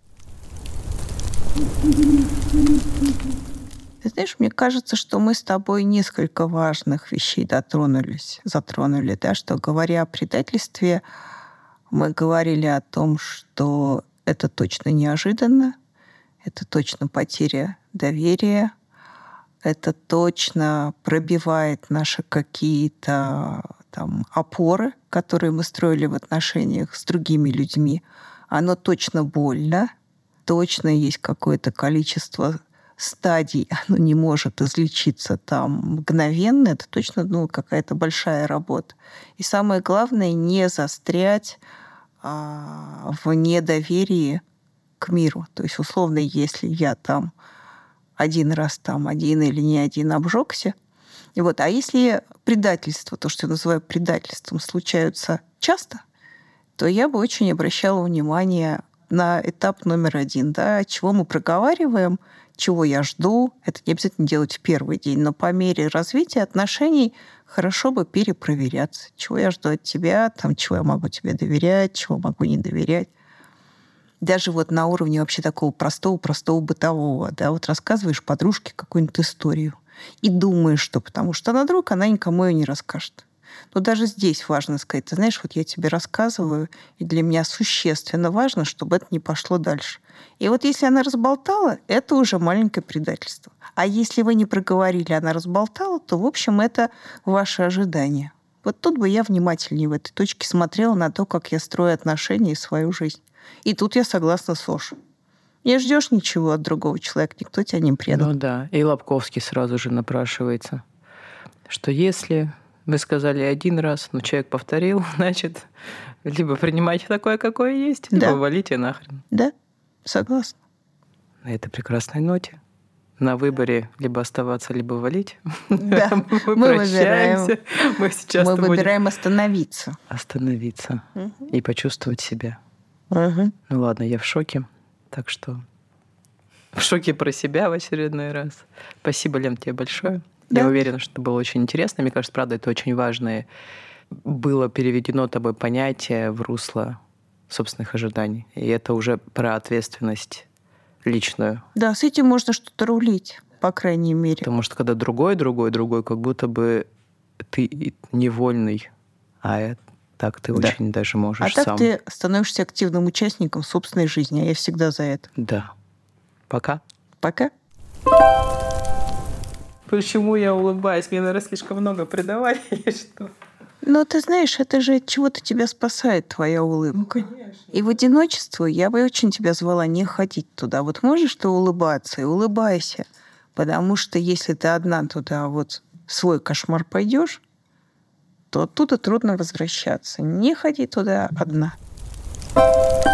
Ты знаешь, мне кажется, что мы с тобой несколько важных вещей дотронулись, затронули, да, что, говоря о предательстве, мы говорили о том, что это точно неожиданно, это точно потеря доверия, это точно пробивает наши какие-то там опоры, которые мы строили в отношениях с другими людьми. Оно точно больно, точно есть какое-то количество стадий, оно не может излечиться там мгновенно. Это точно ну, какая-то большая работа. И самое главное, не застрять а, в недоверии к миру. То есть, условно, если я там один раз там один или не один обжегся. И вот, а если предательство, то, что я называю предательством, случаются часто, то я бы очень обращала внимание на этап номер один, да, чего мы проговариваем, чего я жду. Это не обязательно делать в первый день, но по мере развития отношений хорошо бы перепроверяться. Чего я жду от тебя, там, чего я могу тебе доверять, чего могу не доверять. Даже вот на уровне вообще такого простого-простого бытового. Да, вот рассказываешь подружке какую-нибудь историю и думаешь, что потому что она друг, она никому ее не расскажет. Но даже здесь важно сказать, ты знаешь, вот я тебе рассказываю, и для меня существенно важно, чтобы это не пошло дальше. И вот если она разболтала, это уже маленькое предательство. А если вы не проговорили, она разболтала, то, в общем, это ваши ожидания. Вот тут бы я внимательнее в этой точке смотрела на то, как я строю отношения и свою жизнь. И тут я согласна с Ошей. Не ждешь ничего от другого человека, никто тебя не предаст.
Ну да, и Лобковский сразу же напрашивается, что если вы сказали один раз, но человек повторил, значит, либо принимайте такое, какое есть, либо
Да.
валите нахрен.
Да, согласна.
На этой прекрасной ноте на выборе либо оставаться, либо валить.
Да,
мы,
мы
прощаемся.
выбираем,
Мы сейчас
мы
будем
выбираем остановиться.
остановиться
Угу.
и почувствовать себя.
Угу.
Ну ладно, я в шоке, так что в шоке про себя в очередной раз. Спасибо, Лен, тебе большое.
Да.
Я уверена, что это было очень интересно. Мне кажется, правда, это очень важное. Было переведено тобой понятие в русло собственных ожиданий. И это уже про ответственность личную.
Да, с этим можно что-то рулить, по крайней мере.
Потому что когда другой, другой, другой, как будто бы ты невольный, а это, так ты
Да.
очень даже можешь
А так
сам.
ты становишься активным участником собственной жизни, а я всегда за это.
Да. Пока.
Пока.
Почему я улыбаюсь? Мне, наверное, слишком много предавали или что?
Но ты знаешь, это же от чего-то тебя спасает, твоя улыбка.
Ну, конечно.
И в одиночество я бы очень тебя звала не ходить туда. Вот можешь ты улыбаться и улыбайся. Потому что если ты одна туда вот в свой кошмар пойдешь, то оттуда трудно возвращаться. Не ходи туда одна.